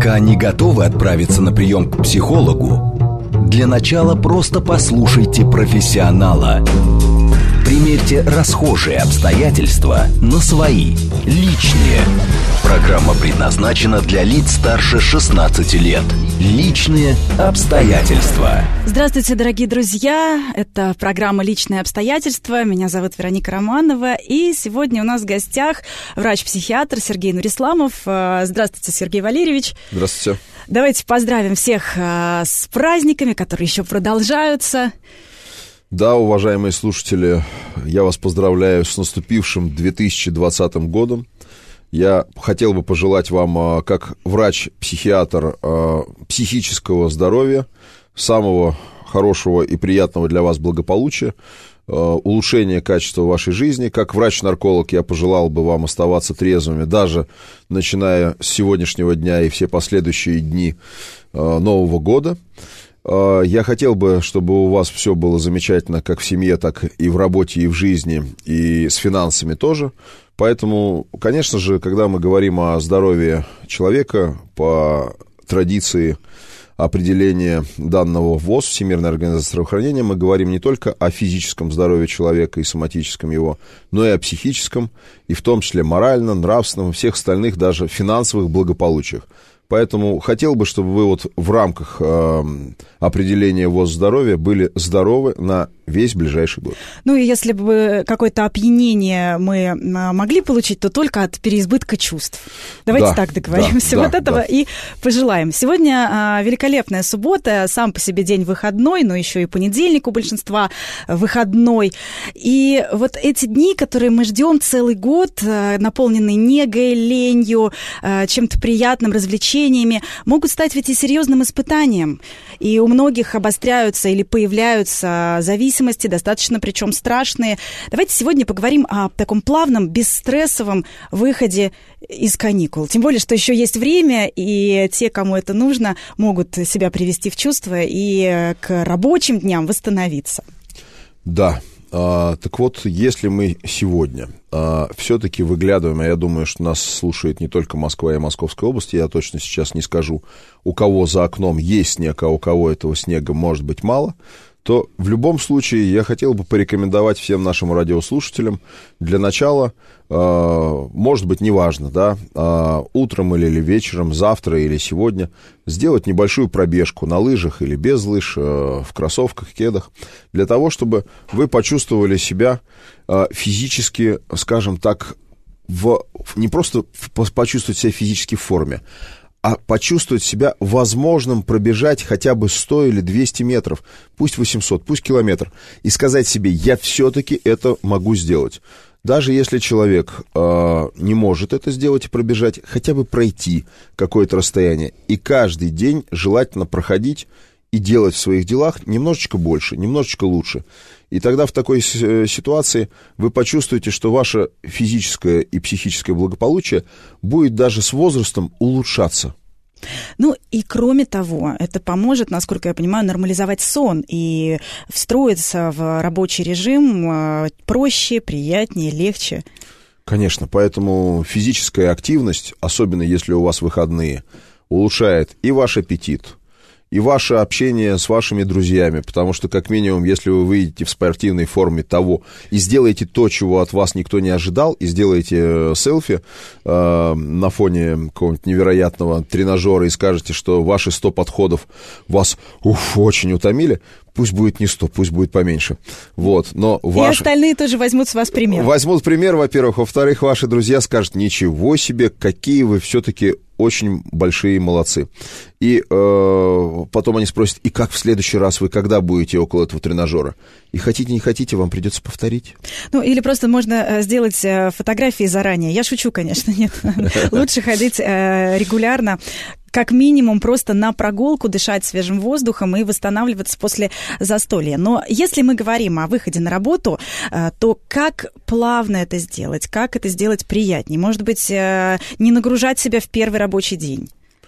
Пока не готовы отправиться на прием к психологу, для начала просто послушайте профессионала. Примерьте расхожие обстоятельства на свои, личные. Программа предназначена для лиц старше 16 лет. Личные обстоятельства. Здравствуйте, дорогие друзья. Это программа «Личные обстоятельства». Меня зовут Вероника Романова. И сегодня у нас в гостях врач-психиатр Сергей Нурисламов. Здравствуйте, Сергей Валерьевич. Здравствуйте. Давайте поздравим всех с праздниками, которые еще продолжаются. Да, уважаемые слушатели, я вас поздравляю с наступившим 2020 годом. Я хотел бы пожелать вам, как врач-психиатр, психического здоровья, самого хорошего и приятного для вас благополучия, улучшения качества вашей жизни. Как врач-нарколог я пожелал бы вам оставаться трезвыми, даже начиная с сегодняшнего дня и все последующие дни Нового года. Я хотел бы, чтобы у вас все было замечательно, как в семье, так и в работе, и в жизни, и с финансами тоже. Поэтому, конечно же, когда мы говорим о здоровье человека, по традиции определения данного ВОЗ, Всемирной организации здравоохранения, мы говорим не только о физическом здоровье человека и соматическом его, но и о психическом, и в том числе моральном, нравственном, всех остальных даже финансовых благополучиях. Поэтому хотел бы, чтобы вы вот в рамках определения ВОЗ здоровья были здоровы на весь ближайший год. Ну и если бы какое-то опьянение мы могли получить, то только от переизбытка чувств. Давайте так договоримся. Вот этого и пожелаем. Сегодня великолепная суббота, сам по себе день выходной, но еще и понедельник у большинства выходной. И вот эти дни, которые мы ждем целый год, наполненные негой, ленью, чем-то приятным, развлечениями, могут стать ведь и серьезным испытанием. И у многих обостряются или появляются зависимости, достаточно причем страшные. Давайте сегодня поговорим о таком плавном, бесстрессовом выходе из каникул. Тем более, что еще есть время, и те, кому это нужно, могут себя привести в чувство и к рабочим дням восстановиться. Да. Так вот, если мы сегодня все-таки выглядываем, а я думаю, что нас слушает не только Москва и Московская область, я точно сейчас не скажу, у кого за окном есть снег, а у кого этого снега может быть мало, то в любом случае я хотел бы порекомендовать всем нашим радиослушателям для начала, может быть, неважно, да, утром или вечером, завтра или сегодня, сделать небольшую пробежку на лыжах или без лыж, в кроссовках, кедах, для того, чтобы вы почувствовали себя физически, скажем так, не просто почувствовать себя физически в форме, а почувствовать себя возможным пробежать хотя бы 100 или 200 метров, пусть 800, пусть километр, и сказать себе: я все-таки это могу сделать. Даже если человек не может это сделать и пробежать, хотя бы пройти какое-то расстояние. И каждый день желательно проходить и делать в своих делах немножечко больше, немножечко лучше. И тогда в такой ситуации вы почувствуете, что ваше физическое и психическое благополучие будет даже с возрастом улучшаться. Ну и кроме того, это поможет, насколько я понимаю, нормализовать сон и встроиться в рабочий режим проще, приятнее, легче. Конечно, поэтому физическая активность, особенно если у вас выходные, улучшает и ваш аппетит, и ваше общение с вашими друзьями, потому что, как минимум, если вы выйдете в спортивной форме того и сделаете то, чего от вас никто не ожидал, и сделаете селфи на фоне какого-нибудь невероятного тренажера и скажете, что ваши 100 подходов вас очень утомили, пусть будет не 100, пусть будет поменьше. Вот, но и остальные тоже возьмут с вас пример. Возьмут пример, во-первых. Во-вторых, ваши друзья скажут: ничего себе, какие вы все-таки очень большие молодцы. И потом они спросят: и как в следующий раз вы когда будете около этого тренажера? И хотите, не хотите, вам придется повторить. Ну, или просто можно сделать фотографии заранее. Я шучу, конечно, нет. Лучше ходить регулярно. Как минимум просто на прогулку, дышать свежим воздухом и восстанавливаться после застолья. Но если мы говорим о выходе на работу, то как плавно это сделать? Как это сделать приятнее? Может быть, не нагружать себя в первый рабочий день?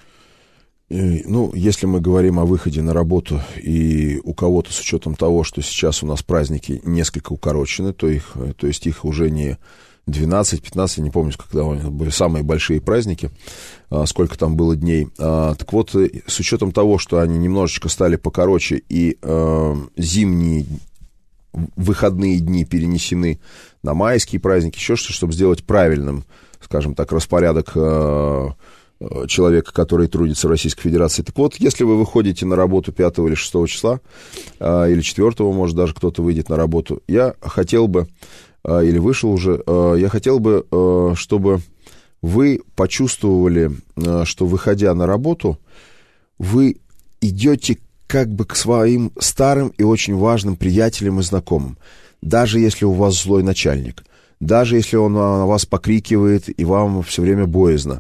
Ну, если мы говорим о выходе на работу, и у кого-то с учетом того, что сейчас у нас праздники несколько укорочены, то есть их уже не 12-15, не помню, когда были самые большие праздники, сколько там было дней. Так вот, с учетом того, что они немножечко стали покороче, и зимние выходные дни перенесены на майские праздники, еще что-то, чтобы сделать правильным, скажем так, распорядок человека, который трудится в Российской Федерации. Так вот, если вы выходите на работу 5 или 6 числа, или 4, может, даже кто-то выйдет на работу, я хотел бы, или вышел уже, я хотел бы, чтобы вы почувствовали, что, выходя на работу, вы идете как бы к своим старым и очень важным приятелям и знакомым, даже если у вас злой начальник, даже если он на вас покрикивает и вам все время боязно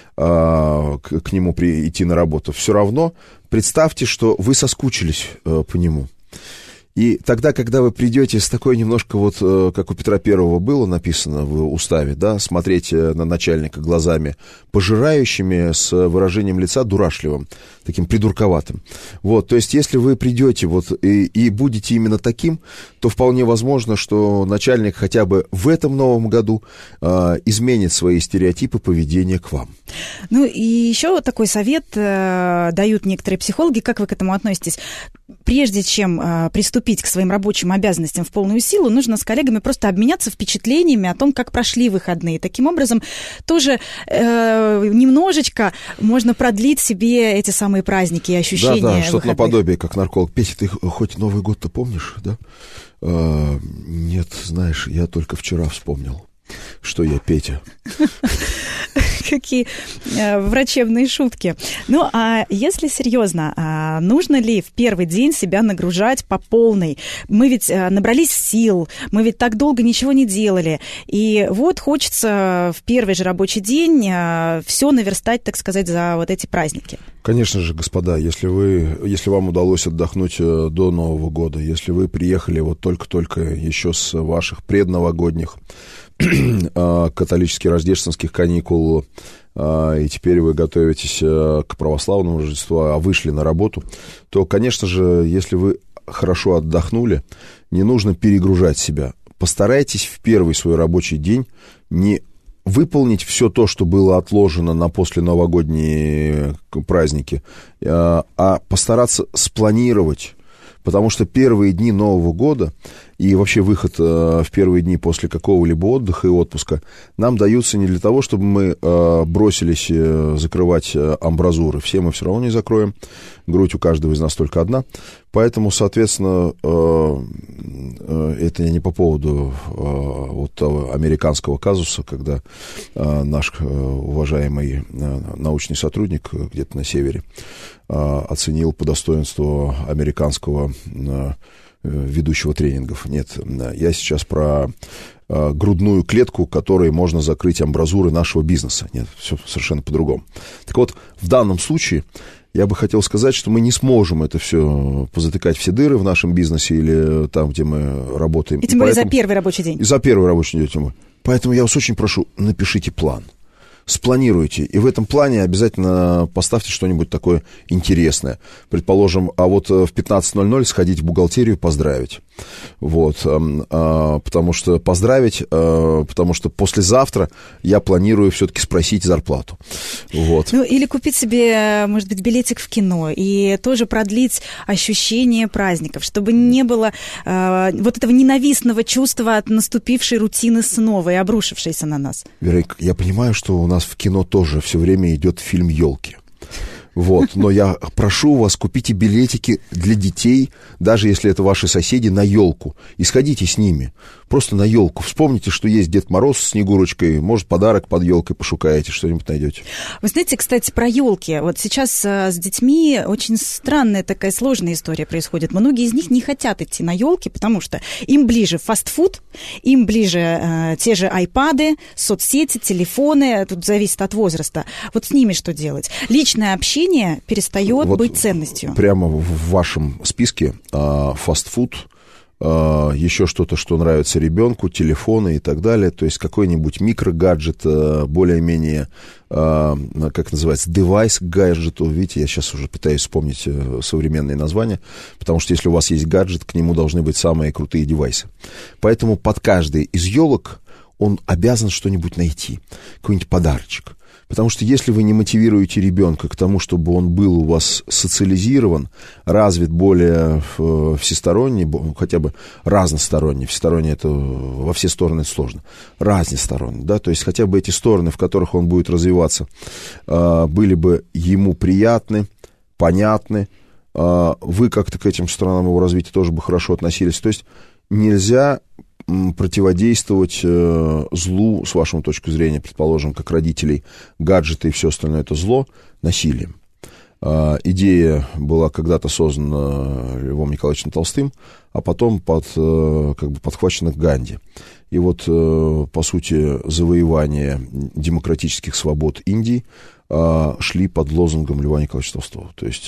к нему идти на работу, все равно представьте, что вы соскучились по нему. И тогда, когда вы придете с такой немножко вот, как у Петра Первого было написано в уставе, да, смотреть на начальника глазами пожирающими, с выражением лица дурашливым, таким придурковатым. Вот, то есть, если вы придете вот и будете именно таким, то вполне возможно, что начальник хотя бы в этом новом году изменит свои стереотипы поведения к вам. Ну, и еще вот такой совет дают некоторые психологи. Как вы к этому относитесь? Прежде чем приступить к своим рабочим обязанностям в полную силу, нужно с коллегами просто обменяться впечатлениями о том, как прошли выходные. Таким образом, тоже немножечко можно продлить себе эти самые праздники и ощущения. Да, что-то выходных. наподобие, как нарколог. Петя, ты хоть Новый год-то помнишь, да? Нет, знаешь, я только вчера вспомнил, что я Петя. Какие врачебные шутки. Ну, а если серьезно, нужно ли в первый день себя нагружать по полной? Мы ведь набрались сил, мы ведь так долго ничего не делали. И вот хочется в первый же рабочий день все наверстать, так сказать, за вот эти праздники. Конечно же, господа, если вам удалось отдохнуть до Нового года, если вы приехали вот только-только еще с ваших предновогодних католических рождественских каникул, и теперь вы готовитесь к православному Рождеству, а вышли на работу, то, конечно же, если вы хорошо отдохнули, не нужно перегружать себя. Постарайтесь в первый свой рабочий день не выполнить все то, что было отложено на посленовогодние праздники, а постараться спланировать. Потому что первые дни Нового года и вообще выход в первые дни после какого-либо отдыха и отпуска нам даются не для того, чтобы мы бросились закрывать амбразуры. Все мы все равно не закроем. Грудь у каждого из нас только одна. Поэтому, соответственно, это не по поводу вот того американского казуса, когда наш уважаемый научный сотрудник где-то на севере оценил по достоинству американского ведущего тренингов. Нет, я сейчас про грудную клетку, которой можно закрыть амбразуры нашего бизнеса. Нет, все совершенно по-другому. Так вот, в данном случае я бы хотел сказать, что мы не сможем это все позатыкать все дыры в нашем бизнесе или там, где мы работаем. И тем более за первый рабочий день. И за первый рабочий день. Поэтому я вас очень прошу, напишите план. Спланируйте, и в этом плане обязательно поставьте что-нибудь такое интересное. Предположим, а вот в 15:00 сходить в бухгалтерию, поздравить. Вот, потому что послезавтра я планирую все-таки спросить зарплату. Вот. Ну, или купить себе, может быть, билетик в кино и тоже продлить ощущение праздников, чтобы не было вот этого ненавистного чувства от наступившей рутины снова и обрушившейся на нас. Вероника, я понимаю, что у нас в кино тоже все время идет фильм «Елки». Вот, но я прошу вас, купите билетики для детей, даже если это ваши соседи, на елку. И сходите с ними. Просто на елку. Вспомните, что есть Дед Мороз с Снегурочкой. Может, подарок под елкой пошукаете, что-нибудь найдете. Вы знаете, кстати, про елки. Вот сейчас с детьми очень странная такая сложная история происходит. Многие из них не хотят идти на елки, потому что им ближе фастфуд, им ближе те же айпады, соцсети, телефоны. Тут зависит от возраста. Вот с ними что делать? Личное общение перестает быть ценностью. Прямо в вашем списке фастфуд, еще что-то, что нравится ребенку, телефоны и так далее, то есть какой-нибудь микрогаджет, более-менее, как называется, девайс к гаджету. Видите, я сейчас уже пытаюсь вспомнить современные названия, потому что если у вас есть гаджет, к нему должны быть самые крутые девайсы. Поэтому под каждый из елок он обязан что-нибудь найти, какой-нибудь подарочек. Потому что если вы не мотивируете ребенка к тому, чтобы он был у вас социализирован, развит более всесторонне, хотя бы разносторонне, всесторонне это во все стороны это сложно, разносторонне, да, то есть хотя бы эти стороны, в которых он будет развиваться, были бы ему приятны, понятны, вы как-то к этим сторонам его развития тоже бы хорошо относились. То есть нельзя противодействовать злу, с вашей точки зрения, предположим, как родителей, гаджеты и все остальное это зло, насилием. Идея была когда-то создана Львом Николаевичем Толстым, а потом подхвачена Ганди. И вот, по сути, завоевание демократических свобод Индии шли под лозунгом Льва Николаевича Толстого. То есть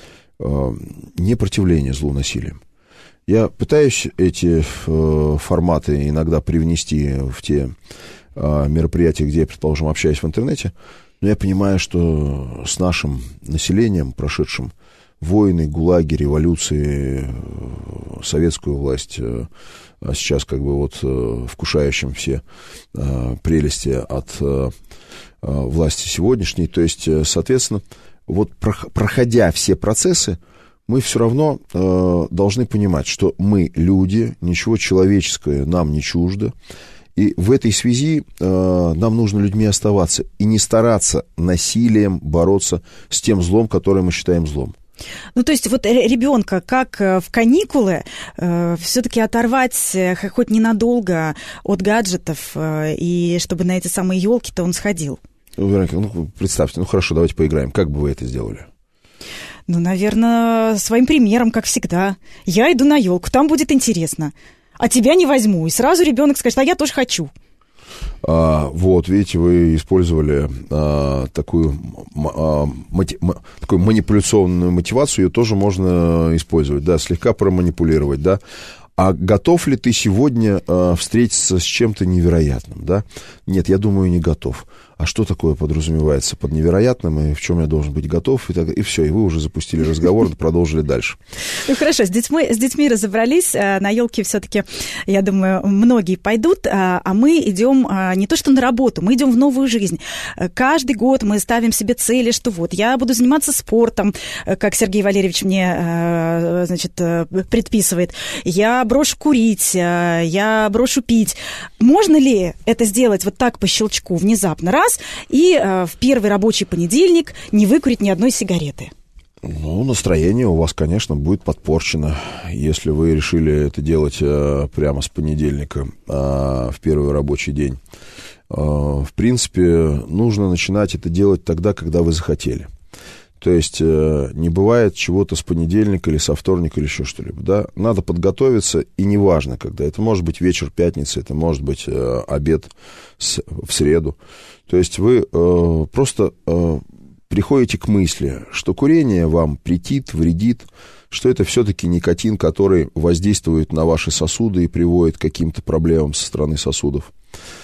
непротивление злу насилием. Я пытаюсь эти форматы иногда привнести в те мероприятия, где я, предположим, общаюсь в интернете, но я понимаю, что с нашим населением, прошедшим войны, гулаги, революции, советскую власть, а сейчас вкушающим все прелести от власти сегодняшней, то есть, соответственно, вот проходя все процессы, мы все равно должны понимать, что мы люди, ничего человеческого нам не чуждо, и в этой связи нам нужно людьми оставаться и не стараться насилием бороться с тем злом, которое мы считаем злом. Ну, то есть вот ребенка, как в каникулы, все-таки оторвать хоть ненадолго от гаджетов, и чтобы на эти самые елки-то он сходил. Представьте, хорошо, давайте поиграем. Как бы вы это сделали? Ну, наверное, своим примером, как всегда. Я иду на елку, там будет интересно. А тебя не возьму. И сразу ребенок скажет, а я тоже хочу. Вот, видите, вы использовали такую манипуляционную мотивацию, ее тоже можно использовать, да, слегка проманипулировать, да. А готов ли ты сегодня встретиться с чем-то невероятным, да? Нет, я думаю, не готов. А что такое подразумевается под невероятным, и в чем я должен быть готов, и все, и вы уже запустили разговор, продолжили дальше. Ну, хорошо, с детьми разобрались, на елке все-таки, я думаю, многие пойдут, а мы идем не то что на работу, мы идем в новую жизнь. Каждый год мы ставим себе цели, что вот, я буду заниматься спортом, как Сергей Валерьевич мне, предписывает, я брошу курить, я брошу пить. Можно ли это сделать вот так по щелчку, внезапно, раз, и в первый рабочий понедельник не выкурить ни одной сигареты? Ну, настроение у вас, конечно, будет подпорчено, если вы решили это делать прямо с понедельника в первый рабочий день. В принципе, нужно начинать это делать тогда, когда вы захотели. То есть не бывает чего-то с понедельника или со вторника или еще что-либо, да? Надо подготовиться, и неважно когда. Это может быть вечер пятницы, это может быть обед в среду. То есть вы просто приходите к мысли, что курение вам претит, вредит, что это все-таки никотин, который воздействует на ваши сосуды и приводит к каким-то проблемам со стороны сосудов.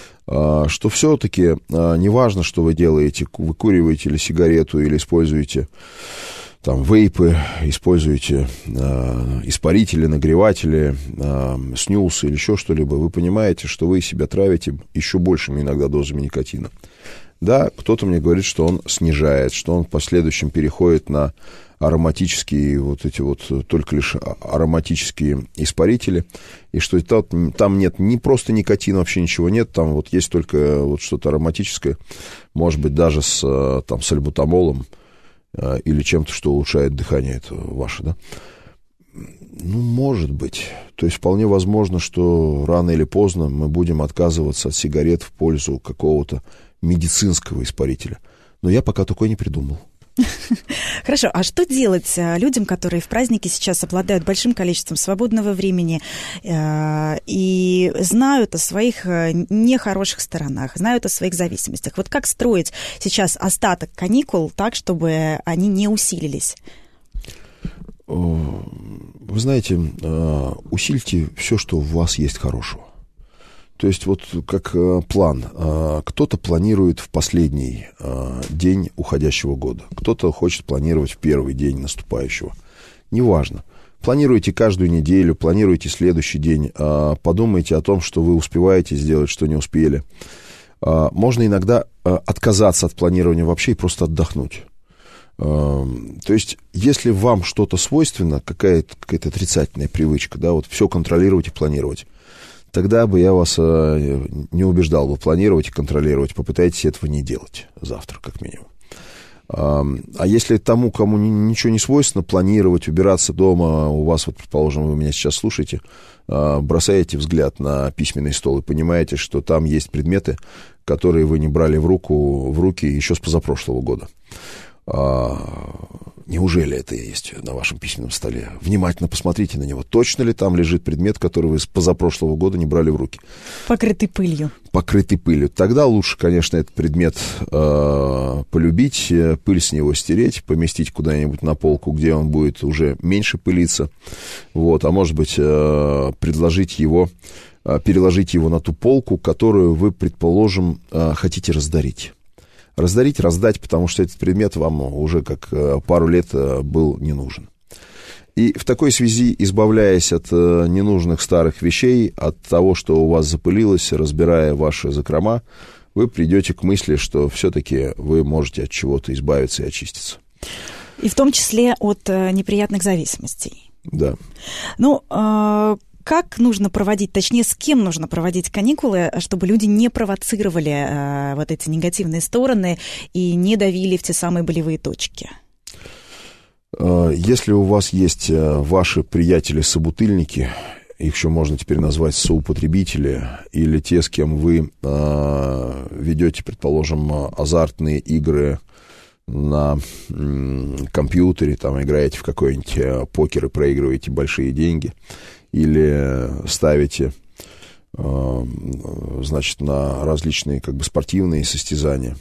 Что все-таки неважно, что вы делаете, выкуриваете или сигарету, или используете там вейпы, используете испарители, нагреватели, снюсы или еще что-либо, вы понимаете, что вы себя травите еще большими иногда дозами никотина. Да, кто-то мне говорит, что он снижает, что он в последующем переходит на ароматические, вот эти вот только лишь ароматические испарители, и что там нет не просто никотина, вообще ничего нет, там вот есть только вот что-то ароматическое, может быть, даже с альбутамолом или чем-то, что улучшает дыхание это ваше, да? Ну, может быть. То есть вполне возможно, что рано или поздно мы будем отказываться от сигарет в пользу какого-то медицинского испарителя. Но я пока такой не придумал. Хорошо, а что делать людям, которые в праздники сейчас обладают большим количеством свободного времени и знают о своих нехороших сторонах, знают о своих зависимостях? Вот как строить сейчас остаток каникул так, чтобы они не усилились? Вы знаете, усильте все, что у вас есть хорошего. То есть вот как план. Кто-то планирует в последний день уходящего года, кто-то хочет планировать в первый день наступающего. Неважно. Планируйте каждую неделю, планируйте следующий день, подумайте о том, что вы успеваете сделать, что не успели. Можно иногда отказаться от планирования вообще и просто отдохнуть. То есть, если вам что-то свойственно, какая-то отрицательная привычка, да, вот все контролировать и планировать, тогда бы я вас не убеждал бы планировать и контролировать. Попытайтесь этого не делать завтра, как минимум. А если тому, кому ничего не свойственно, планировать, убираться дома, у вас, вот, предположим, вы меня сейчас слушаете, бросаете взгляд на письменный стол и понимаете, что там есть предметы, которые вы не брали в руки еще с позапрошлого года. Неужели это есть на вашем письменном столе? Внимательно посмотрите на него. Точно ли там лежит предмет, который вы с позапрошлого года не брали в руки? Покрытый пылью. Покрытый пылью. Тогда лучше, конечно, этот предмет полюбить, пыль с него стереть, поместить куда-нибудь на полку, где он будет уже меньше пылиться. Вот. А может быть, переложить его на ту полку, которую вы, предположим, хотите раздарить. Раздать, потому что этот предмет вам уже как пару лет был не нужен. И в такой связи, избавляясь от ненужных старых вещей, от того, что у вас запылилось, разбирая ваши закрома, вы придете к мысли, что все-таки вы можете от чего-то избавиться и очиститься. И в том числе от неприятных зависимостей. Да. Ну, как нужно проводить, точнее, с кем нужно проводить каникулы, чтобы люди не провоцировали вот эти негативные стороны и не давили в те самые болевые точки? Если у вас есть ваши приятели-собутыльники, их еще можно теперь назвать соупотребители, или те, с кем вы ведете, предположим, азартные игры на компьютере, там играете в какой-нибудь покер и проигрываете большие деньги, или ставите, значит, на различные как бы спортивные состязания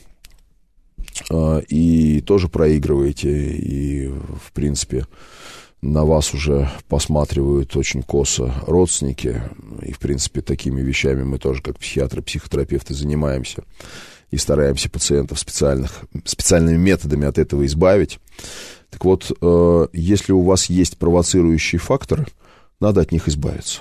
и тоже проигрываете, и, в принципе, на вас уже посматривают очень косо родственники, и, в принципе, такими вещами мы тоже, как психиатры, психотерапевты, занимаемся и стараемся пациентов специальными методами от этого избавить. Так вот, если у вас есть провоцирующие факторы, надо от них избавиться.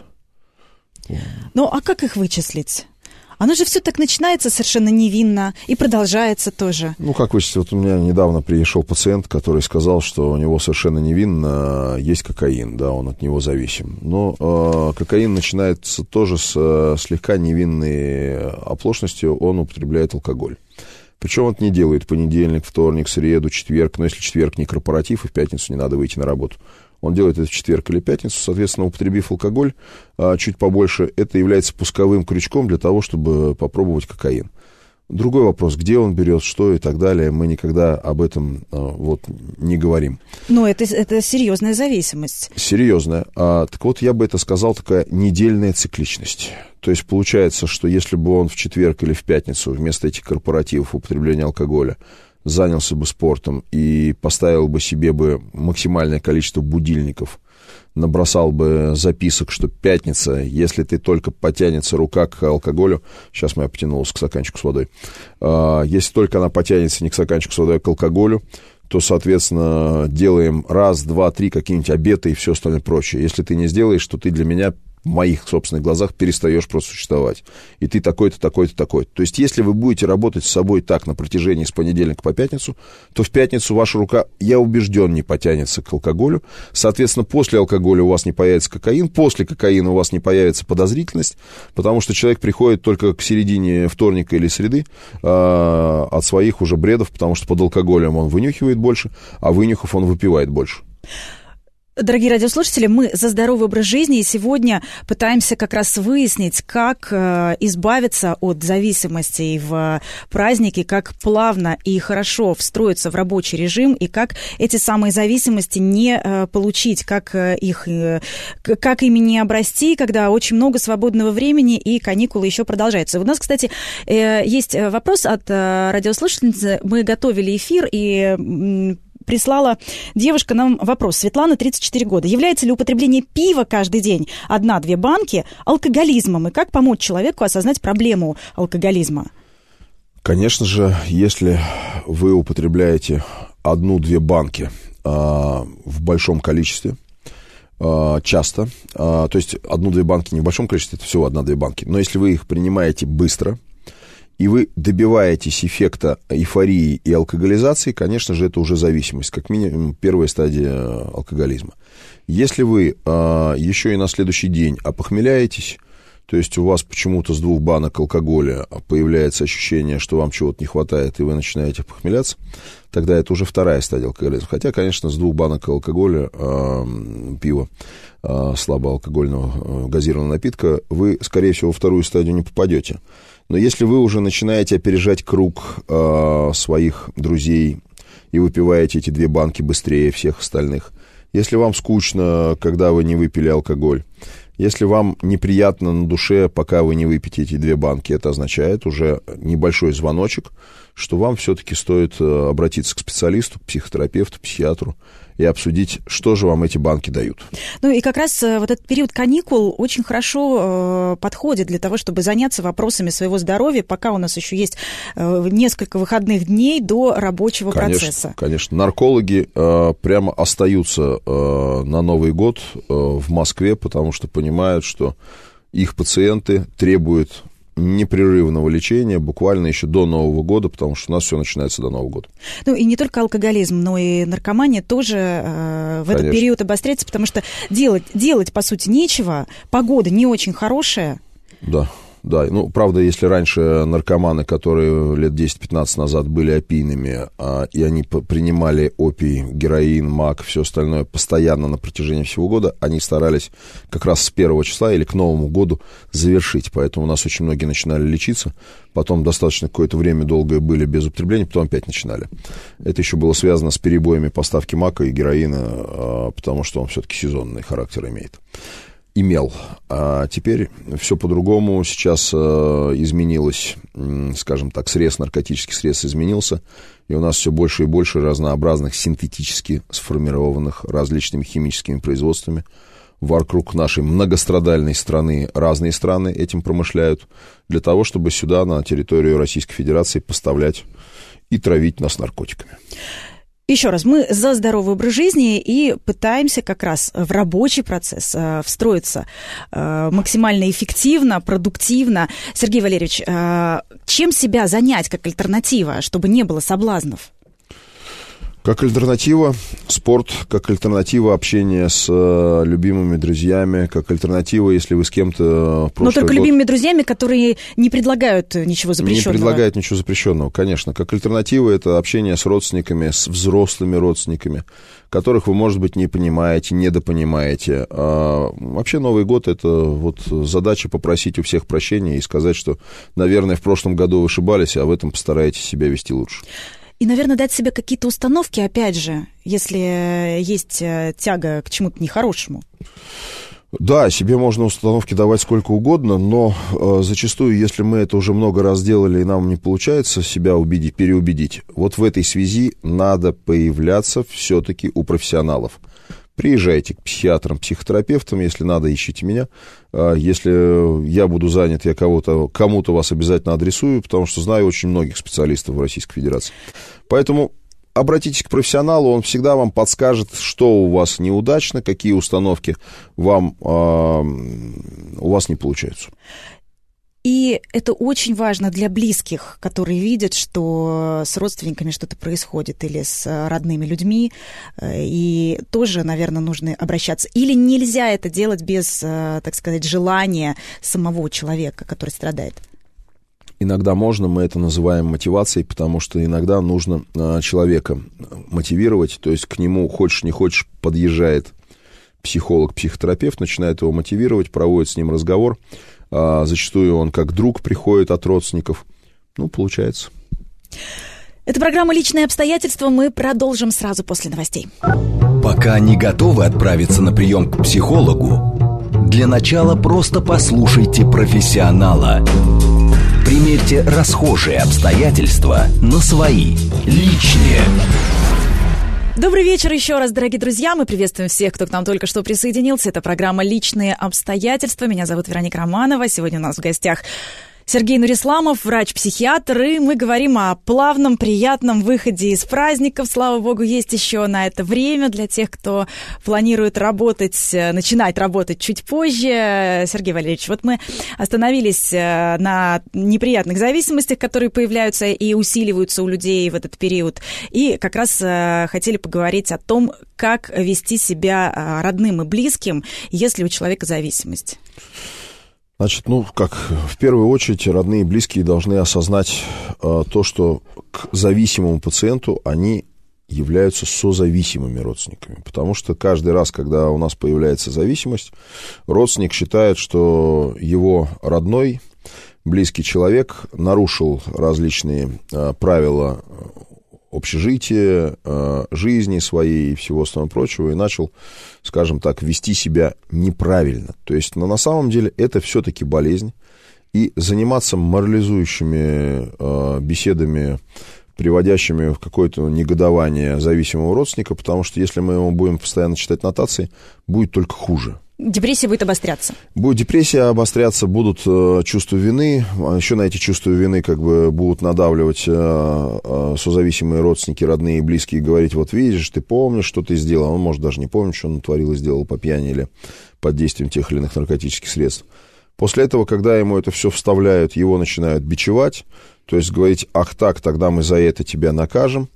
Ну, а как их вычислить? Оно же все так начинается совершенно невинно и продолжается тоже. Ну, как вычислить? Вот у меня недавно пришел пациент, который сказал, что у него совершенно невинно есть кокаин, да, он от него зависим. Но кокаин начинается тоже с слегка невинной оплошностью, он употребляет алкоголь. Причем он это не делает понедельник, вторник, среду, четверг, но если четверг не корпоратив и в пятницу не надо выйти на работу. Он делает это в четверг или пятницу, соответственно, употребив алкоголь чуть побольше, это является пусковым крючком для того, чтобы попробовать кокаин. Другой вопрос, где он берет, что и так далее, мы никогда об этом вот не говорим. Но это серьезная зависимость. Серьезная. Так вот, я бы это сказал, такая недельная цикличность. То есть получается, что если бы он в четверг или в пятницу вместо этих корпоративов употребления алкоголя занялся бы спортом и поставил бы себе бы максимальное количество будильников, набросал бы записок, что пятница, если ты только потянется рука к алкоголю, сейчас моя потянулась к стаканчику с водой, если только она потянется не к стаканчику с водой, а к алкоголю, то, соответственно, делаем раз, два, три какие-нибудь обеты и все остальное прочее. Если ты не сделаешь, то ты для меня в моих собственных глазах перестаешь просто существовать. И ты такой-то, такой-то, такой-то. То есть, если вы будете работать с собой так на протяжении с понедельника по пятницу, то в пятницу ваша рука, я убежден, не потянется к алкоголю. Соответственно, после алкоголя у вас не появится кокаин, после кокаина у вас не появится подозрительность, потому что человек приходит только к середине вторника или среды от своих уже бредов, потому что под алкоголем он вынюхивает больше, а вынюхав он выпивает больше. Дорогие радиослушатели, мы за здоровый образ жизни, и сегодня пытаемся как раз выяснить, как избавиться от зависимостей в праздники, как плавно и хорошо встроиться в рабочий режим, и как эти самые зависимости не получить, как ими не обрасти, когда очень много свободного времени и каникулы еще продолжаются. У нас, кстати, есть вопрос от радиослушательницы. Мы готовили эфир, и прислала девушка нам вопрос. Светлана, 34 года. Является ли употребление пива каждый день, 1-2 банки, алкоголизмом? И как помочь человеку осознать проблему алкоголизма? Конечно же, если вы употребляете 1-2 банки в большом количестве, часто, то есть 1-2 банки не в большом количестве, это всего 1-2 банки, но если вы их принимаете быстро, и вы добиваетесь эффекта эйфории и алкоголизации, конечно же, это уже зависимость, как минимум первая стадия алкоголизма. Если вы еще и на следующий день опохмеляетесь, то есть у вас почему-то с 2 банок алкоголя появляется ощущение, что вам чего-то не хватает, и вы начинаете похмеляться, тогда это уже вторая стадия алкоголизма. Хотя, конечно, с 2 банок алкоголя, пива, слабоалкогольного газированного напитка, вы, скорее всего, во вторую стадию не попадете. Но если вы уже начинаете опережать круг своих друзей и выпиваете эти 2 банки быстрее всех остальных, если вам скучно, когда вы не выпили алкоголь, если вам неприятно на душе, пока вы не выпьете эти 2 банки, это означает уже небольшой звоночек, что вам все-таки стоит обратиться к специалисту, к психотерапевту, психиатру и обсудить, что же вам эти банки дают. Ну и как раз вот этот период каникул очень хорошо подходит для того, чтобы заняться вопросами своего здоровья, пока у нас еще есть несколько выходных дней до рабочего процесса. Конечно. Наркологи прямо остаются на Новый год в Москве, потому что понимают, что их пациенты требуют непрерывного лечения буквально еще до Нового года, потому что у нас все начинается до Нового года. Ну и не только алкоголизм, но и наркомания тоже в этот период обостряется, потому что делать по сути нечего, погода не очень хорошая. Да, ну, правда, если раньше наркоманы, которые лет 10-15 назад были опийными, и они принимали опий, героин, мак, все остальное постоянно на протяжении всего года, они старались как раз с 1 числа или к Новому году завершить. Поэтому у нас очень многие начинали лечиться, потом достаточно какое-то время долгое были без употребления, потом опять начинали. Это еще было связано с перебоями поставки мака и героина, потому что он все-таки сезонный характер имел. А теперь все по-другому. Сейчас изменилось, скажем так, срез наркотических средств изменился, и у нас все больше и больше разнообразных синтетически сформированных различными химическими производствами. Вокруг нашей многострадальной страны разные страны этим промышляют для того, чтобы сюда, на территорию Российской Федерации, поставлять и травить нас наркотиками. Еще раз, мы за здоровый образ жизни и пытаемся как раз в рабочий процесс встроиться максимально эффективно, продуктивно. Сергей Валерьевич, чем себя занять как альтернатива, чтобы не было соблазнов? Как альтернатива спорт, как альтернатива общение с любимыми друзьями, как альтернатива, если вы с кем-то... Но только любимыми друзьями, которые не предлагают ничего запрещенного. Не предлагают ничего запрещенного, конечно. Как альтернатива это общение с родственниками, с взрослыми родственниками, которых вы, может быть, не понимаете, недопонимаете. Вообще Новый год — это вот задача попросить у всех прощения и сказать, что, наверное, в прошлом году вы ошибались, а в этом постарайтесь себя вести лучше. И, наверное, дать себе какие-то установки, опять же, если есть тяга к чему-то нехорошему. Да, себе можно установки давать сколько угодно, но зачастую, если мы это уже много раз делали и нам не получается себя переубедить, вот в этой связи надо появляться все-таки у профессионалов. Приезжайте к психиатрам, психотерапевтам, если надо, ищите меня. Если я буду занят, я кому-то вас обязательно адресую, потому что знаю очень многих специалистов в Российской Федерации. Поэтому обратитесь к профессионалу, он всегда вам подскажет, что у вас неудачно, какие установки у вас не получаются. И это очень важно для близких, которые видят, что с родственниками что-то происходит или с родными людьми, и тоже, наверное, нужно обращаться. Или нельзя это делать без, так сказать, желания самого человека, который страдает? Иногда можно, мы это называем мотивацией, потому что иногда нужно человека мотивировать, то есть к нему, хочешь не хочешь, подъезжает психолог, психотерапевт, начинает его мотивировать, проводит с ним разговор. Зачастую он как друг приходит от родственников. Ну, получается. Это программа «Личные обстоятельства». Мы продолжим сразу после новостей. Пока не готовы отправиться на прием к психологу, для начала просто послушайте профессионала. Примерьте расхожие обстоятельства на свои, личные. Добрый вечер еще раз, дорогие друзья. Мы приветствуем всех, кто к нам только что присоединился. Это программа «Личные обстоятельства». Меня зовут Вероника Романова. Сегодня у нас в гостях Сергей Нурисламов, врач-психиатр, и мы говорим о плавном, приятном выходе из праздников. Слава богу, есть еще на это время для тех, кто планирует начинать работать чуть позже. Сергей Валерьевич, вот мы остановились на неприятных зависимостях, которые появляются и усиливаются у людей в этот период, и как раз хотели поговорить о том, как вести себя родным и близким, если у человека зависимость. Значит, в первую очередь родные и близкие должны осознать то, что к зависимому пациенту они являются созависимыми родственниками. Потому что каждый раз, когда у нас появляется зависимость, родственник считает, что его родной, близкий человек нарушил различные правила общежития, жизни своей и всего остального прочего, и начал, скажем так, вести себя неправильно. То есть, на самом деле, это все-таки болезнь, и заниматься морализующими беседами, приводящими в какое-то негодование зависимого родственника, потому что если мы ему будем постоянно читать нотации, будет только хуже. Депрессия будет обостряться. Будет депрессия обостряться, будут чувства вины, еще на эти чувства вины будут надавливать созависимые родственники, родные и близкие, говорить: вот видишь, ты помнишь, что ты сделал. Он может даже не помнить, что он натворил и сделал по пьяни или под действием тех или иных наркотических средств. После этого, когда ему это все вставляют, его начинают бичевать, то есть говорить: ах так, тогда мы за это тебя накажем.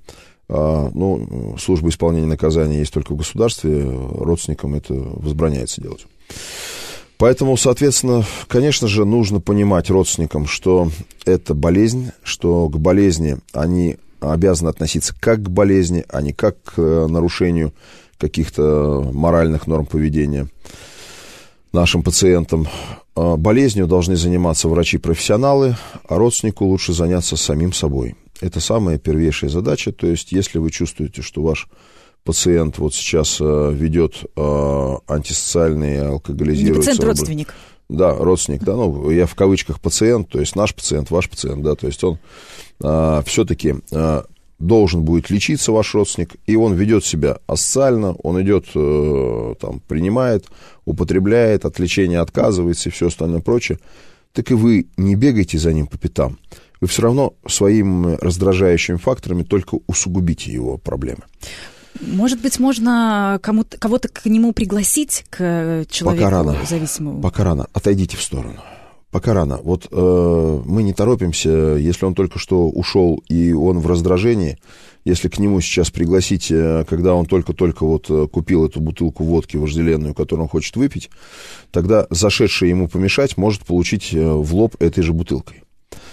Служба исполнения наказания есть только в государстве, родственникам это возбраняется делать. Поэтому, соответственно, конечно же, нужно понимать родственникам, что это болезнь, что к болезни они обязаны относиться как к болезни, а не как к нарушению каких-то моральных норм поведения нашим пациентам. Болезнью должны заниматься врачи-профессионалы, а родственнику лучше заняться самим собой. Это самая первейшая задача. То есть, если вы чувствуете, что ваш пациент вот сейчас ведет антисоциальные, алкоголизируется... Не пациент, родственник. Да, родственник, да, я в кавычках пациент, то есть наш пациент, ваш пациент, да, то есть он все-таки должен будет лечиться, ваш родственник, и он ведет себя асоциально, он идет, принимает, употребляет, от лечения отказывается и все остальное прочее, так и вы не бегайте за ним по пятам. Вы все равно своими раздражающими факторами только усугубите его проблемы. Может быть, можно кого-то к нему пригласить, к человеку зависимому? Пока рано. Отойдите в сторону. Пока рано. Вот мы не торопимся, если он только что ушел и он в раздражении, если к нему сейчас пригласить, когда он только-только купил эту бутылку водки вожделенную, которую он хочет выпить, тогда зашедший ему помешать может получить в лоб этой же бутылкой.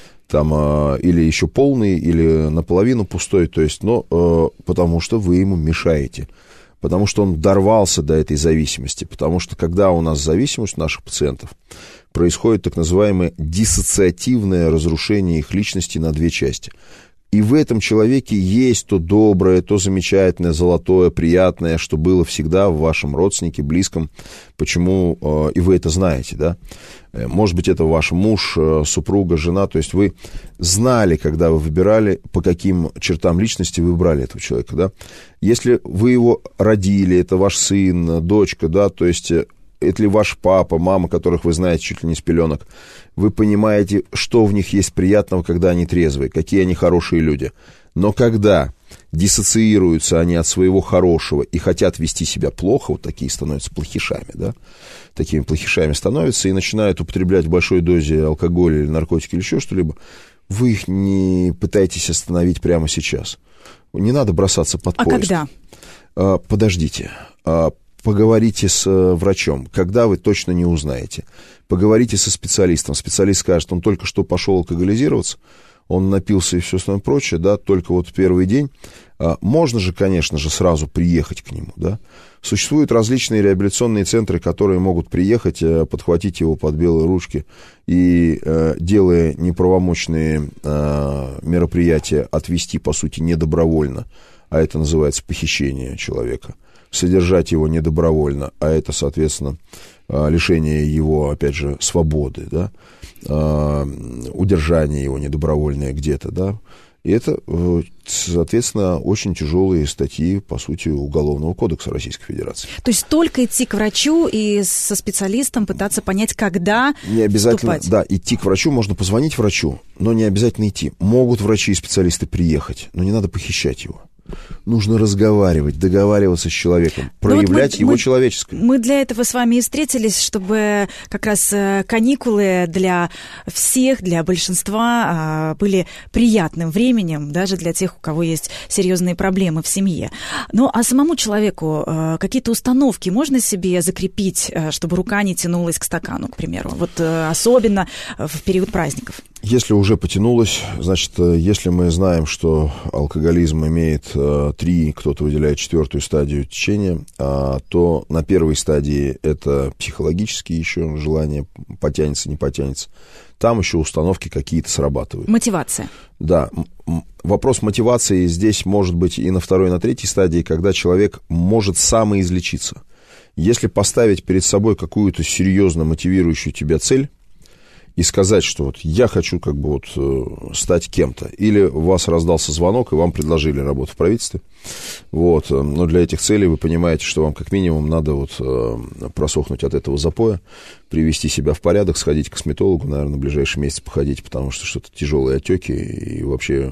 Или еще полный, или наполовину пустой, то есть, потому что вы ему мешаете, потому что он дорвался до этой зависимости, потому что когда у нас зависимость у наших пациентов, происходит так называемое диссоциативное разрушение их личности на две части. И в этом человеке есть то доброе, то замечательное, золотое, приятное, что было всегда в вашем родственнике, близком. Почему? И вы это знаете, да? Может быть, это ваш муж, супруга, жена. То есть вы знали, когда вы выбирали, по каким чертам личности вы выбрали этого человека, да? Если вы его родили, это ваш сын, дочка, да, то есть... это ли ваш папа, мама, которых вы знаете чуть ли не с пеленок, вы понимаете, что в них есть приятного, когда они трезвые, какие они хорошие люди. Но когда диссоциируются они от своего хорошего и хотят вести себя плохо, вот такие становятся плохишами, да, такими плохишами становятся и начинают употреблять в большой дозе алкоголь или наркотики или еще что-либо, вы их не пытаетесь остановить прямо сейчас. Не надо бросаться под поезд. А когда? Подождите. Поговорите с врачом, когда вы точно не узнаете. Поговорите со специалистом. Специалист скажет, он только что пошел алкоголизироваться, он напился и все остальное прочее, да, только в первый день. Можно же, конечно же, сразу приехать к нему, да. Существуют различные реабилитационные центры, которые могут приехать, подхватить его под белые ручки и, делая неправомочные мероприятия, отвести, по сути, недобровольно, а это называется похищение человека. Содержать его недобровольно, а это, соответственно, лишение его, опять же, свободы, да, удержание его недобровольное где-то, да, И это, соответственно, очень тяжелые статьи, по сути, Уголовного кодекса Российской Федерации. То есть только идти к врачу и со специалистом пытаться понять, когда не обязательно, вступать. Да, идти к врачу, можно позвонить врачу, но не обязательно идти. Могут врачи и специалисты приехать, но не надо похищать его. Нужно разговаривать, договариваться с человеком, проявлять его человеческое. Мы для этого с вами и встретились, чтобы как раз каникулы для всех, для большинства были приятным временем, даже для тех, у кого есть серьезные проблемы в семье. Ну, а самому человеку какие-то установки можно себе закрепить, чтобы рука не тянулась к стакану, к примеру? Вот особенно в период праздников. Если уже потянулось, значит, если мы знаем, что алкоголизм имеет 3, кто-то выделяет 4-ю стадию течения, то на первой стадии это психологические еще желания, потянется, не потянется. Там еще установки какие-то срабатывают. Мотивация. Да. Вопрос мотивации здесь может быть и на 2-й, и на 3-й стадии, когда человек может самоизлечиться. Если поставить перед собой какую-то серьезно мотивирующую тебя цель, и сказать, что вот я хочу как бы вот стать кем-то. Или у вас раздался звонок, и вам предложили работу в правительстве. Вот. Но для этих целей вы понимаете, что вам как минимум надо вот просохнуть от этого запоя, привести себя в порядок, сходить к косметологу, наверное, в ближайший месяц походить, потому что что-то тяжелые отеки, и вообще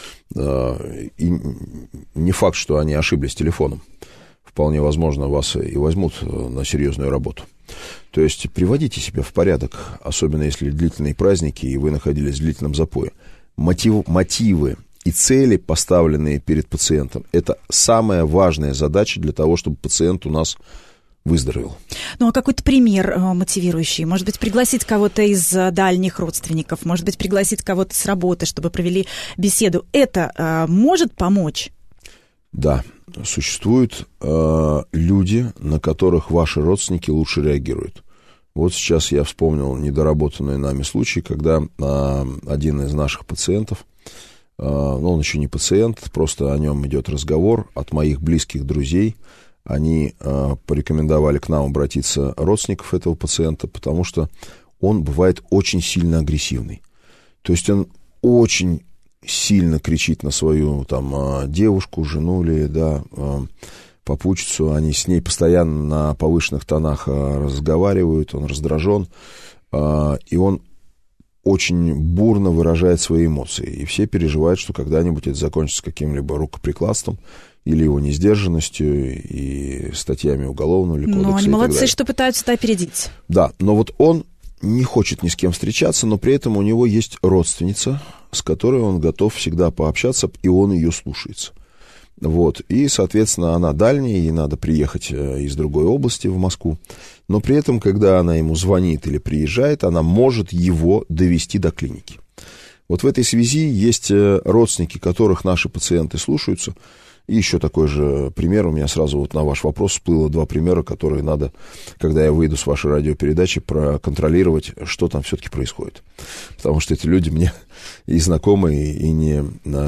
и не факт, что они ошиблись телефоном. Вполне возможно, вас и возьмут на серьезную работу. То есть приводите себя в порядок, особенно если длительные праздники, и вы находились в длительном запое. Мотивы и цели, поставленные перед пациентом, это самая важная задача для того, чтобы пациент у нас выздоровел. Ну, а какой-то пример мотивирующий? Может быть, пригласить кого-то из дальних родственников, может быть, пригласить кого-то с работы, чтобы провели беседу. Это может помочь? Да. Существуют люди, на которых ваши родственники лучше реагируют. Вот сейчас я вспомнил недоработанный нами случай, когда один из наших пациентов, он еще не пациент, просто о нем идет разговор, от моих близких друзей, они порекомендовали к нам обратиться родственников этого пациента, потому что он бывает очень сильно агрессивный. То есть он очень сильно кричит на свою там девушку, жену или, да, попутчицу, они с ней постоянно на повышенных тонах разговаривают, он раздражен, и он очень бурно выражает свои эмоции, и все переживают, что когда-нибудь это закончится каким-либо рукоприкладством или его несдержанностью и статьями уголовного или кодекса. Ну, они молодцы, что пытаются это опередить. Да, но вот он не хочет ни с кем встречаться, но при этом у него есть родственница, с которой он готов всегда пообщаться, и он ее слушается. Вот. И, соответственно, она дальняя, ей надо приехать из другой области в Москву, но при этом, когда она ему звонит или приезжает, она может его довести до клиники. Вот в этой связи есть родственники, которых наши пациенты слушаются. И еще такой же пример, у меня сразу вот на ваш вопрос всплыло 2 примера, которые надо, когда я выйду с вашей радиопередачи, проконтролировать, что там все-таки происходит. Потому что эти люди мне и знакомые, и не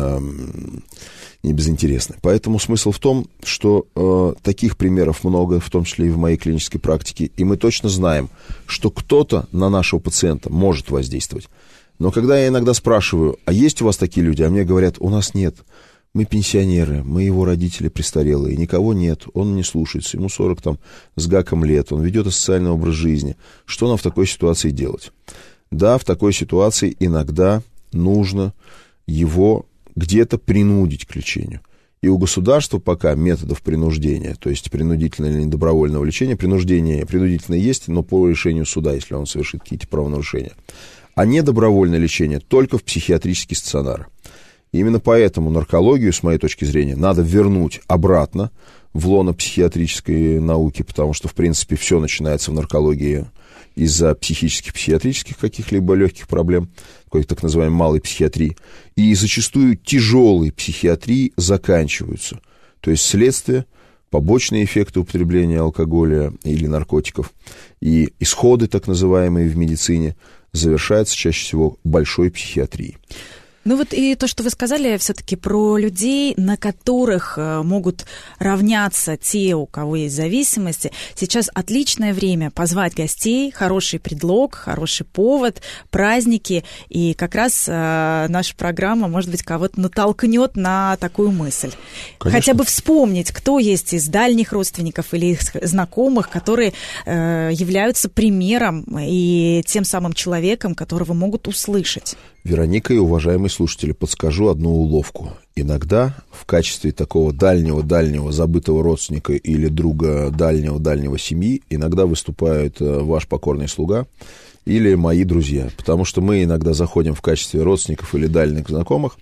безинтересны. Поэтому смысл в том, что таких примеров много, в том числе и в моей клинической практике, и мы точно знаем, что кто-то на нашего пациента может воздействовать. Но когда я иногда спрашиваю, а есть у вас такие люди, а мне говорят, у нас нет. Мы пенсионеры, мы его родители престарелые, никого нет, он не слушается, ему 40 там с гаком лет, он ведет асоциальный образ жизни. Что нам в такой ситуации делать? Да, в такой ситуации иногда нужно его где-то принудить к лечению. И у государства пока методов принуждения, то есть принудительного или недобровольного лечения, принудительное есть, но по решению суда, если он совершит какие-то правонарушения. А недобровольное лечение только в психиатрические стационары. Именно поэтому наркологию, с моей точки зрения, надо вернуть обратно в лоно психиатрической науки, потому что, в принципе, все начинается в наркологии из-за психических, психиатрических каких-либо легких проблем, какой-то так называемой малой психиатрии, и зачастую тяжелые психиатрии заканчиваются. То есть следствие, побочные эффекты употребления алкоголя или наркотиков и исходы, так называемые в медицине, завершаются чаще всего большой психиатрией. Ну вот и то, что вы сказали все-таки про людей, на которых могут равняться те, у кого есть зависимости. Сейчас отличное время позвать гостей, хороший предлог, хороший повод, праздники. И как раз наша программа, может быть, кого-то натолкнет на такую мысль. Конечно. Хотя бы вспомнить, кто есть из дальних родственников или их знакомых, которые являются примером и тем самым человеком, которого могут услышать. Вероника и уважаемые слушатели, подскажу одну уловку. Иногда в качестве такого дальнего забытого родственника или друга дальнего семьи иногда выступает ваш покорный слуга или мои друзья. Потому что мы иногда заходим в качестве родственников или дальних знакомых,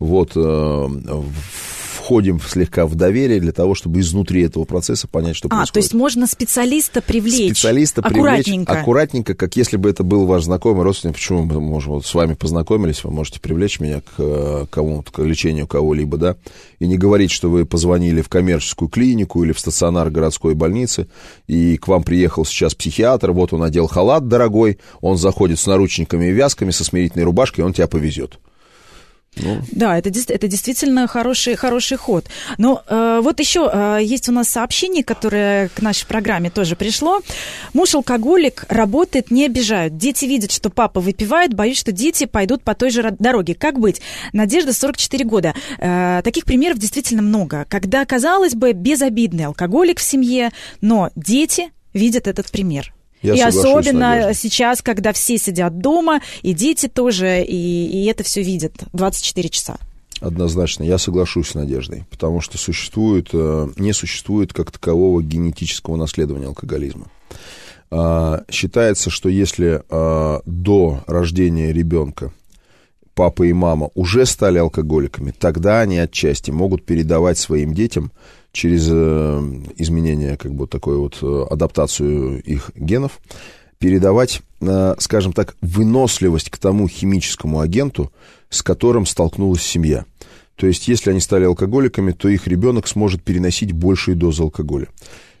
входим слегка в доверие для того, чтобы изнутри этого процесса понять, что происходит. То есть можно специалиста привлечь аккуратненько, как если бы это был ваш знакомый родственник. Почему мы можем с вами познакомились, вы можете привлечь меня к кому-то, к лечению кого-либо, да, и не говорить, что вы позвонили в коммерческую клинику или в стационар городской больницы, и к вам приехал сейчас психиатр, вот он одел халат дорогой, он заходит с наручниками и вязками, со смирительной рубашкой, и он тебя повезет. Да, это действительно хороший ход. Но вот еще есть у нас сообщение, которое к нашей программе тоже пришло. Муж алкоголик, работает, не обижают. Дети видят, что папа выпивает, боюсь, что дети пойдут по той же дороге. Как быть? Надежда, 44 года. Таких примеров действительно много. Когда, казалось бы, безобидный алкоголик в семье, но дети видят этот пример. И особенно сейчас, когда все сидят дома, и дети тоже, и это все видят 24 часа. Однозначно, я соглашусь с Надеждой, потому что не существует как такового генетического наследования алкоголизма. Считается, что если до рождения ребенка папа и мама уже стали алкоголиками, тогда они отчасти могут передавать своим детям через изменение, адаптацию их генов, передавать, скажем так, выносливость к тому химическому агенту, с которым столкнулась семья. То есть, если они стали алкоголиками, то их ребенок сможет переносить большие дозы алкоголя.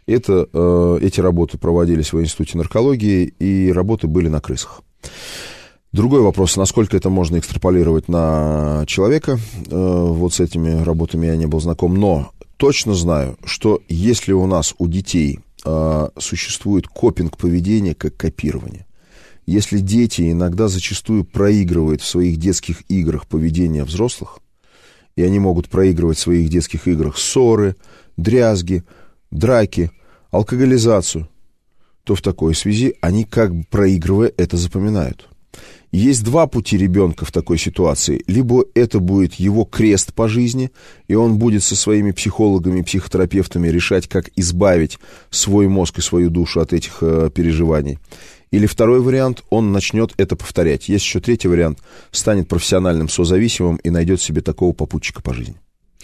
Эти работы проводились в Институте наркологии, и работы были на крысах. Другой вопрос, насколько это можно экстраполировать на человека. Вот с этими работами я не был знаком, но точно знаю, что если у нас у детей существует копинг поведения как копирование, если дети иногда зачастую проигрывают в своих детских играх поведение взрослых, и они могут проигрывать в своих детских играх ссоры, дрязги, драки, алкоголизацию, то в такой связи они, как бы проигрывая, это запоминают. Есть два пути ребенка в такой ситуации. Либо это будет его крест по жизни, и он будет со своими психологами, психотерапевтами решать, как избавить свой мозг и свою душу от этих переживаний. Или второй вариант, он начнет это повторять. Есть еще третий вариант, станет профессиональным созависимым и найдет себе такого попутчика по жизни.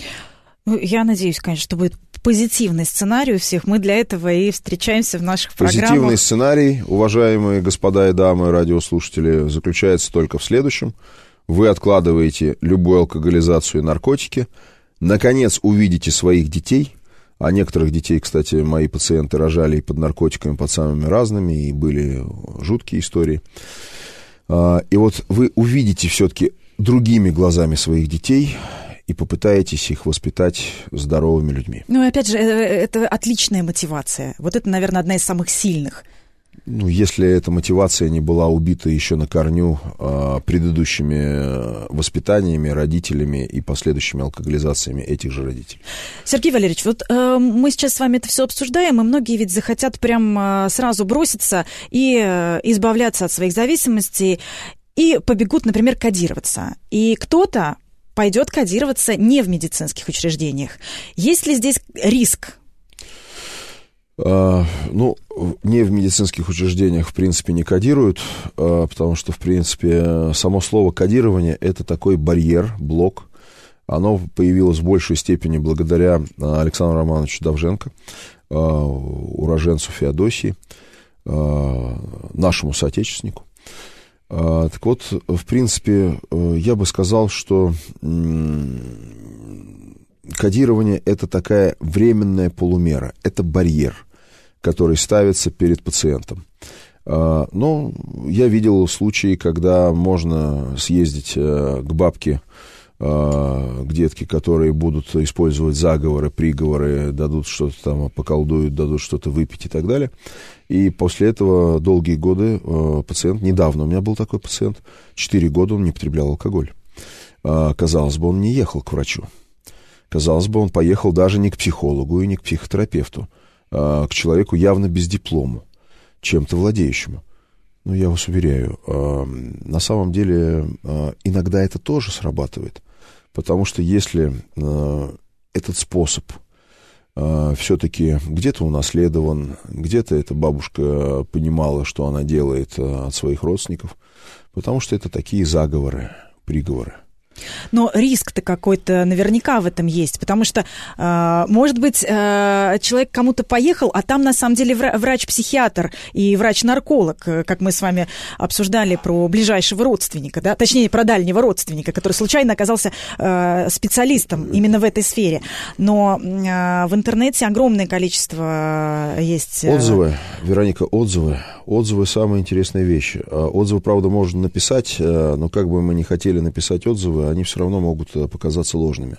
Я надеюсь, конечно, что будет позитивный сценарий у всех. Мы для этого и встречаемся в наших программах. Позитивный сценарий, уважаемые господа и дамы радиослушатели, заключается только в следующем. Вы откладываете любую алкоголизацию и наркотики. Наконец увидите своих детей. А некоторых детей, кстати, мои пациенты рожали и под наркотиками, под самыми разными, и были жуткие истории. И вот вы увидите все-таки другими глазами своих детей и попытаетесь их воспитать здоровыми людьми. Ну, и опять же, это отличная мотивация. Вот это, наверное, одна из самых сильных. Ну, если эта мотивация не была убита еще на корню предыдущими воспитаниями, родителями и последующими алкоголизациями этих же родителей. Сергей Валерьевич, вот мы сейчас с вами это все обсуждаем, и многие ведь захотят прям сразу броситься и избавляться от своих зависимостей, и побегут, например, кодироваться. И кто-то пойдет кодироваться не в медицинских учреждениях. Есть ли здесь риск? Ну, не в медицинских учреждениях, в принципе, не кодируют, потому что, в принципе, само слово кодирование – это такой барьер, блок. Оно появилось в большей степени благодаря Александру Романовичу Довженко, уроженцу Феодосии, нашему соотечественнику. Так вот, в принципе, я бы сказал, что кодирование – это такая временная полумера, это барьер, который ставится перед пациентом. Но я видел случаи, когда можно съездить к бабке, к детке, которые будут использовать заговоры, приговоры, дадут что-то там, поколдуют, дадут что-то выпить и так далее. И после этого долгие годы пациент, недавно у меня был такой пациент, 4 года он не потреблял алкоголь. Казалось бы, он не ехал к врачу. Казалось бы, он поехал даже не к психологу и не к психотерапевту, а к человеку явно без диплома, чем-то владеющему. Но я вас уверяю, на самом деле иногда это тоже срабатывает. Потому что если этот способ все-таки где-то унаследован, где-то эта бабушка понимала, что она делает от своих родственников, потому что это такие заговоры, приговоры. Но риск-то какой-то наверняка в этом есть, потому что, может быть, человек кому-то поехал, а там на самом деле врач-психиатр и врач-нарколог, как мы с вами обсуждали про ближайшего родственника, да? Точнее, про дальнего родственника, который случайно оказался специалистом именно в этой сфере. Но в интернете огромное количество есть... Отзывы, Вероника, отзывы. Отзывы – самые интересные вещи. Отзывы, правда, можно написать, но как бы мы ни хотели написать отзывы, они все равно могут показаться ложными.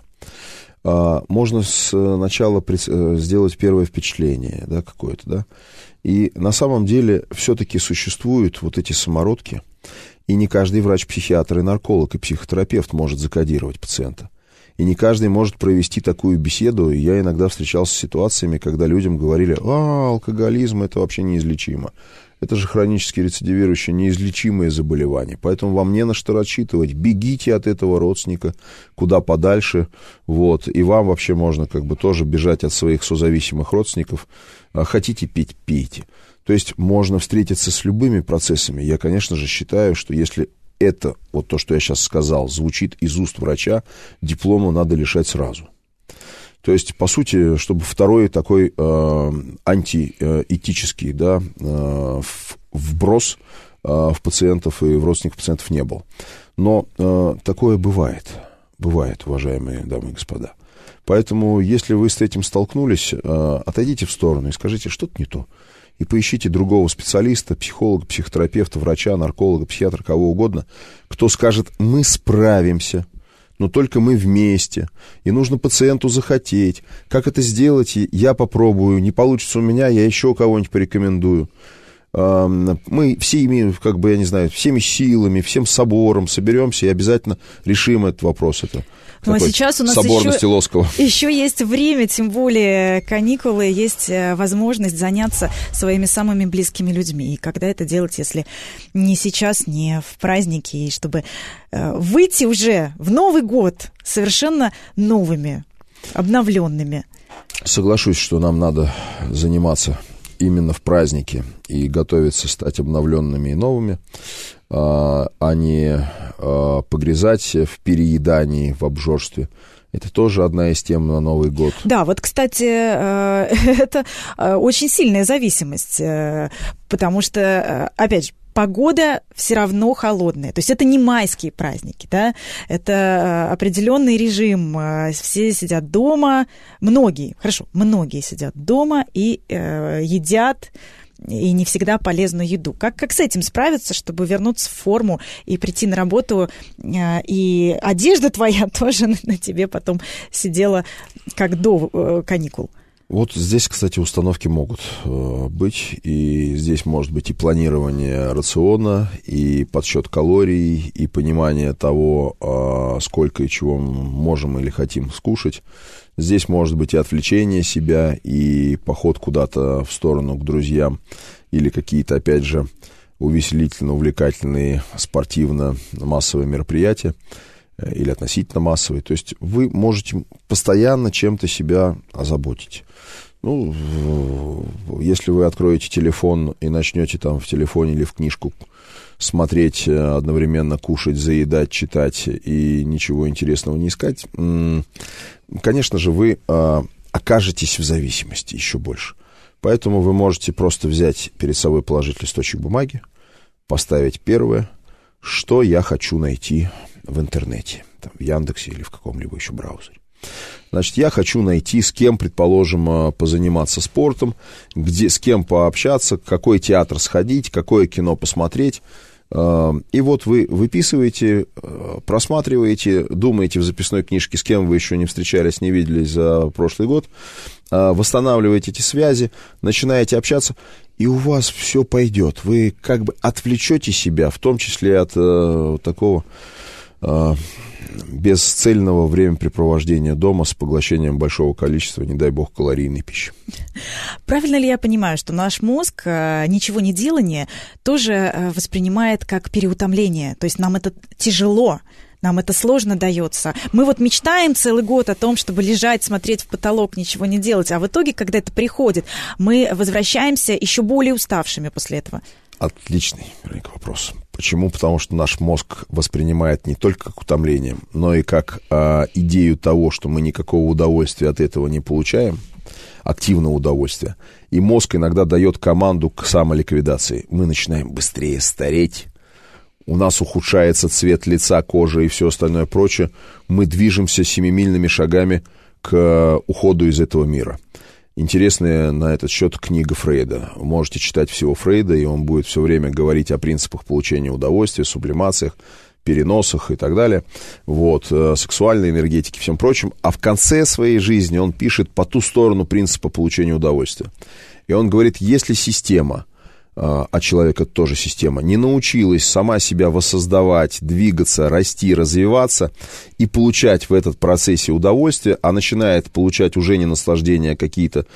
Можно сначала сделать первое впечатление, да, какое-то, да. И на самом деле все-таки существуют вот эти самородки, и не каждый врач-психиатр и нарколог и психотерапевт может закодировать пациента. И не каждый может провести такую беседу. И я иногда встречался с ситуациями, когда людям говорили: алкоголизм – это вообще неизлечимо. Это же хронически рецидивирующее неизлечимое заболевание. Поэтому вам не на что рассчитывать. Бегите от этого родственника куда подальше. Вот. И вам вообще можно как бы тоже бежать от своих созависимых родственников. Хотите пить – пейте. То есть можно встретиться с любыми процессами. Я, конечно же, считаю, что если это, вот то, что я сейчас сказал, звучит из уст врача, диплома надо лишать сразу. То есть, по сути, чтобы второй такой антиэтический, да, вброс в пациентов и в родственников пациентов не был. Но такое бывает, уважаемые дамы и господа. Поэтому, если вы с этим столкнулись, отойдите в сторону и скажите: что-то не то. И поищите другого специалиста, психолога, психотерапевта, врача, нарколога, психиатра, кого угодно, кто скажет: мы справимся, но только мы вместе. И нужно пациенту захотеть. Как это сделать, я попробую. Не получится у меня, я еще кого-нибудь порекомендую. Мы всеми, как бы, я не знаю, всеми силами, всем собором соберемся и обязательно решим этот вопрос. Это ну, а сейчас у нас еще есть время, тем более каникулы, есть возможность заняться своими самыми близкими людьми. И когда это делать, если не сейчас, не в праздники, и чтобы выйти уже в Новый год совершенно новыми, обновленными? Соглашусь, что нам надо заниматься именно в праздники и готовиться стать обновленными и новыми, а не погрязать в переедании, в обжорстве. Это тоже одна из тем на Новый год. Да, вот, кстати, это очень сильная зависимость, потому что, опять же, погода все равно холодная. То есть это не майские праздники, да? Это определенный режим. Все сидят дома, многие сидят дома и едят, и не всегда полезную еду. Как с этим справиться, чтобы вернуться в форму и прийти на работу, и одежда твоя тоже на тебе потом сидела как до каникул? Вот здесь, кстати, установки могут быть, и здесь может быть и планирование рациона, и подсчет калорий, и понимание того, сколько и чего мы можем или хотим скушать. Здесь может быть и отвлечение себя, и поход куда-то в сторону к друзьям, или какие-то, опять же, увеселительно-увлекательные спортивно-массовые мероприятия, или относительно массовые. То есть вы можете постоянно чем-то себя озаботить. Ну, если вы откроете телефон и начнете там в телефоне или в книжку смотреть, одновременно кушать, заедать, читать и ничего интересного не искать, конечно же, вы окажетесь в зависимости еще больше. Поэтому вы можете просто взять перед собой, положить листочек бумаги, поставить первое, что я хочу найти в интернете, там, в Яндексе или в каком-либо еще браузере. Значит, я хочу найти, с кем, предположим, позаниматься спортом, с кем пообщаться, какой театр сходить, какое кино посмотреть. И вот вы выписываете, просматриваете, думаете в записной книжке, с кем вы еще не встречались, не виделись за прошлый год, восстанавливаете эти связи, начинаете общаться, и у вас все пойдет. Вы как бы отвлечете себя, в том числе от такого бесцельного времяпрепровождения дома с поглощением большого количества, не дай бог, калорийной пищи. Правильно ли я понимаю, что наш мозг ничего не делание тоже воспринимает как переутомление? То есть нам это тяжело, нам это сложно дается. Мы вот мечтаем целый год о том, чтобы лежать, смотреть в потолок, ничего не делать, а в итоге, когда это приходит, мы возвращаемся еще более уставшими после этого. Отличный вопрос. Почему? Потому что наш мозг воспринимает не только как утомление, но и как идею того, что мы никакого удовольствия от этого не получаем, активного удовольствия. И мозг иногда дает команду к самоликвидации. Мы начинаем быстрее стареть, у нас ухудшается цвет лица, кожи и все остальное прочее. Мы движемся семимильными шагами к уходу из этого мира. Интересная на этот счет книга Фрейда. Вы можете читать всего Фрейда, и он будет все время говорить о принципах получения удовольствия, сублимациях, переносах и так далее. Вот, сексуальной энергетике и всем прочем. А в конце своей жизни он пишет по ту сторону принципа получения удовольствия. И он говорит, если система, а человек это тоже система, не научилась сама себя воссоздавать, двигаться, расти, развиваться и получать в этот процессе удовольствие, а начинает получать уже не наслаждение, а какие-то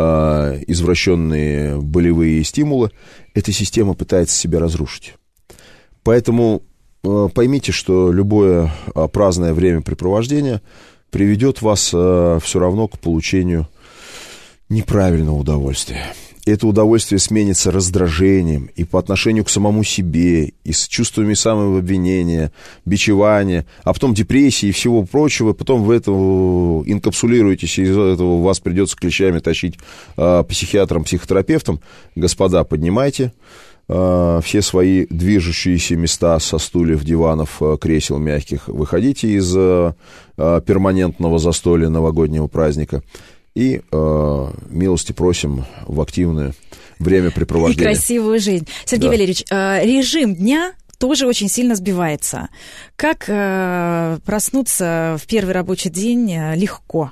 извращенные болевые стимулы, эта система пытается себя разрушить. Поэтому поймите, что любое праздное времяпрепровождение приведет вас все равно к получению неправильного удовольствия. Это удовольствие сменится раздражением и по отношению к самому себе, и с чувствами самообвинения, бичевания, а потом депрессии и всего прочего. Потом вы это инкапсулируетесь, и из этого вас придется клещами тащить психиатрам, психотерапевтам. Господа, поднимайте все свои движущиеся места со стульев, диванов, кресел мягких. Выходите из перманентного застолья новогоднего праздника. И милости просим в активное времяпрепровождение. И красивую жизнь. Сергей Валерьевич, режим дня тоже очень сильно сбивается. Как проснуться в первый рабочий день легко?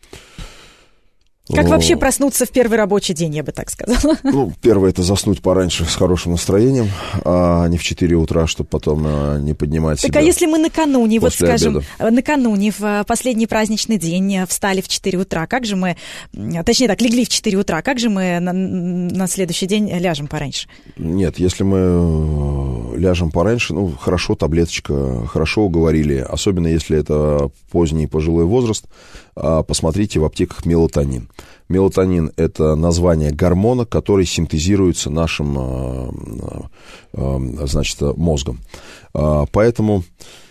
Как вообще проснуться в первый рабочий день, я бы так сказала? Ну, первое — это заснуть пораньше с хорошим настроением, а не в 4 утра, чтобы потом не поднимать себя. Так а если мы накануне, вот скажем, обеда? Накануне, в последний праздничный день встали в 4 утра, как же мы, точнее так, легли в 4 утра, как же мы на следующий день ляжем пораньше? Нет, если мы ляжем пораньше, ну, хорошо, таблеточка, хорошо уговорили, особенно если это поздний пожилой возраст, посмотрите в аптеках мелатонин. Мелатонин – это название гормона, который синтезируется нашим, значит, мозгом. Поэтому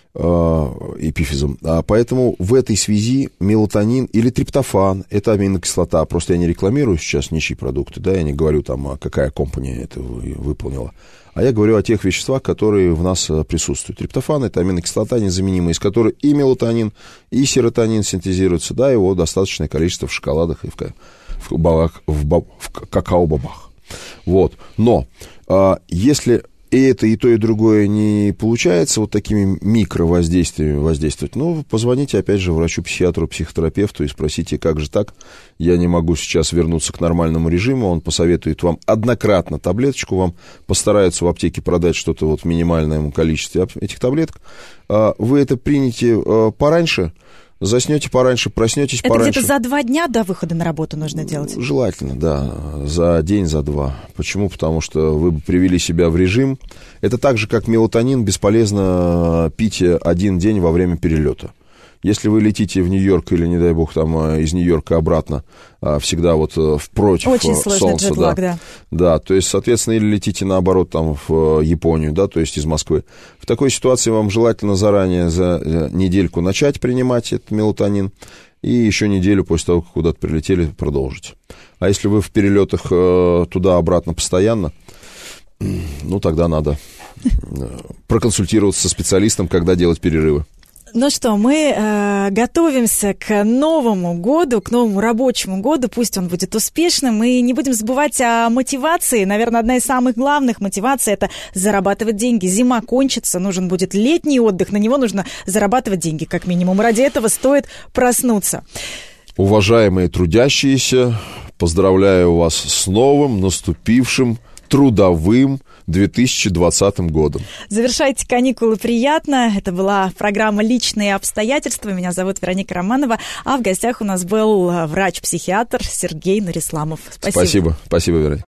эпифизом. Поэтому в этой связи мелатонин или триптофан – это аминокислота. Просто я не рекламирую сейчас ничьи продукты, да, я не говорю там, какая компания это выполнила. А я говорю о тех веществах, которые в нас присутствуют. Триптофан – это аминокислота незаменимая, из которой и мелатонин, и серотонин синтезируются. Да, его достаточное количество в шоколадах и в какао-бобах. Вот. Но если и это, и то, и другое не получается вот такими микровоздействиями воздействовать, ну, позвоните, опять же, врачу-психиатру, психотерапевту и спросите, как же так, я не могу сейчас вернуться к нормальному режиму, он посоветует вам однократно таблеточку, вам постараются в аптеке продать что-то вот в минимальном количестве этих таблеток, вы это примете пораньше, заснете пораньше, проснетесь пораньше. Это где-то за 2 дня до выхода на работу нужно делать? Желательно, да, за день, за 2. Почему? Потому что вы бы привели себя в режим. Это так же, как мелатонин, бесполезно пить 1 день во время перелета. Если вы летите в Нью-Йорк или, не дай бог, там из Нью-Йорка обратно, всегда вот против очень сложный солнца, джетлаг, да. Да, то есть, соответственно, или летите наоборот там в Японию, да, то есть из Москвы. В такой ситуации вам желательно заранее за недельку начать принимать этот мелатонин и еще неделю после того, как куда-то прилетели, продолжить. А если вы в перелетах туда-обратно постоянно, ну, тогда надо проконсультироваться со специалистом, когда делать перерывы. Ну что, мы готовимся к Новому году, к новому рабочему году. Пусть он будет успешным. И не будем забывать о мотивации. Наверное, одна из самых главных мотиваций – это зарабатывать деньги. Зима кончится, нужен будет летний отдых. На него нужно зарабатывать деньги, как минимум. Ради этого стоит проснуться. Уважаемые трудящиеся, поздравляю вас с новым, наступившим, трудовым 2020 годом. Завершайте каникулы приятно. Это была программа «Личные обстоятельства». Меня зовут Вероника Романова. А в гостях у нас был врач-психиатр Сергей Нурисламов. Спасибо. Спасибо, Вероника.